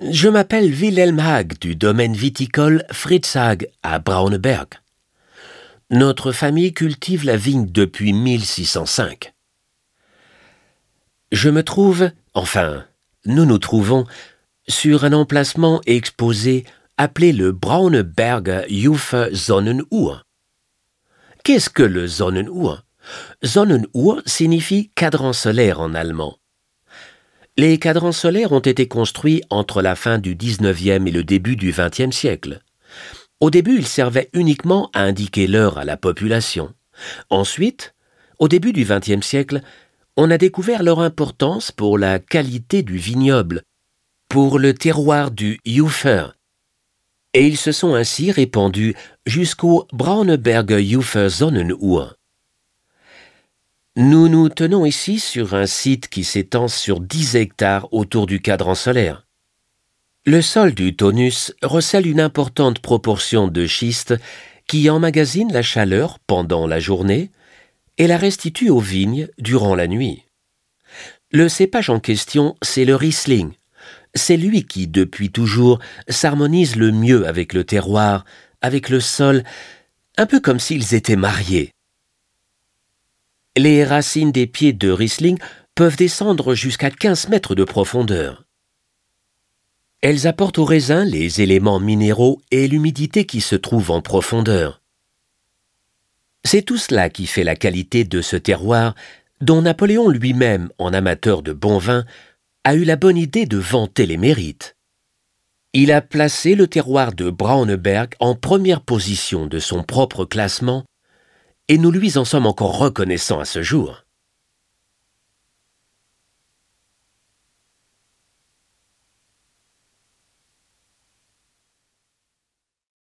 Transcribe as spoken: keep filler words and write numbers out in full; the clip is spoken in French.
Je m'appelle Wilhelm Haag du domaine viticole Fritz Haag à Brauneberg. Notre famille cultive la vigne depuis mille six cent cinq. Je me trouve, enfin, nous nous trouvons, sur un emplacement exposé appelé le Brauneberger Ufer Sonnenuhr. Qu'est-ce que le Sonnenuhr? Sonnenuhr signifie cadran solaire en allemand. Les cadrans solaires ont été construits entre la fin du dix-neuvième et le début du vingtième siècle. Au début, ils servaient uniquement à indiquer l'heure à la population. Ensuite, au début du vingtième siècle, on a découvert leur importance pour la qualité du vignoble, pour le terroir du Ufer. Et ils se sont ainsi répandus jusqu'au Brauneberger Ufer Sonnenuhr. Nous nous tenons ici sur un site qui s'étend sur dix hectares autour du cadran solaire. Le sol du Taunus recèle une importante proportion de schiste qui emmagasine la chaleur pendant la journée et la restitue aux vignes durant la nuit. Le cépage en question, c'est le Riesling. C'est lui qui, depuis toujours, s'harmonise le mieux avec le terroir, avec le sol, un peu comme s'ils étaient mariés. Les racines des pieds de Riesling peuvent descendre jusqu'à quinze mètres de profondeur. Elles apportent au raisin les éléments minéraux et l'humidité qui se trouvent en profondeur. C'est tout cela qui fait la qualité de ce terroir dont Napoléon lui-même, en amateur de bon vin, a eu la bonne idée de vanter les mérites. Il a placé le terroir de Brauneberg en première position de son propre classement et nous lui en sommes encore reconnaissants à ce jour.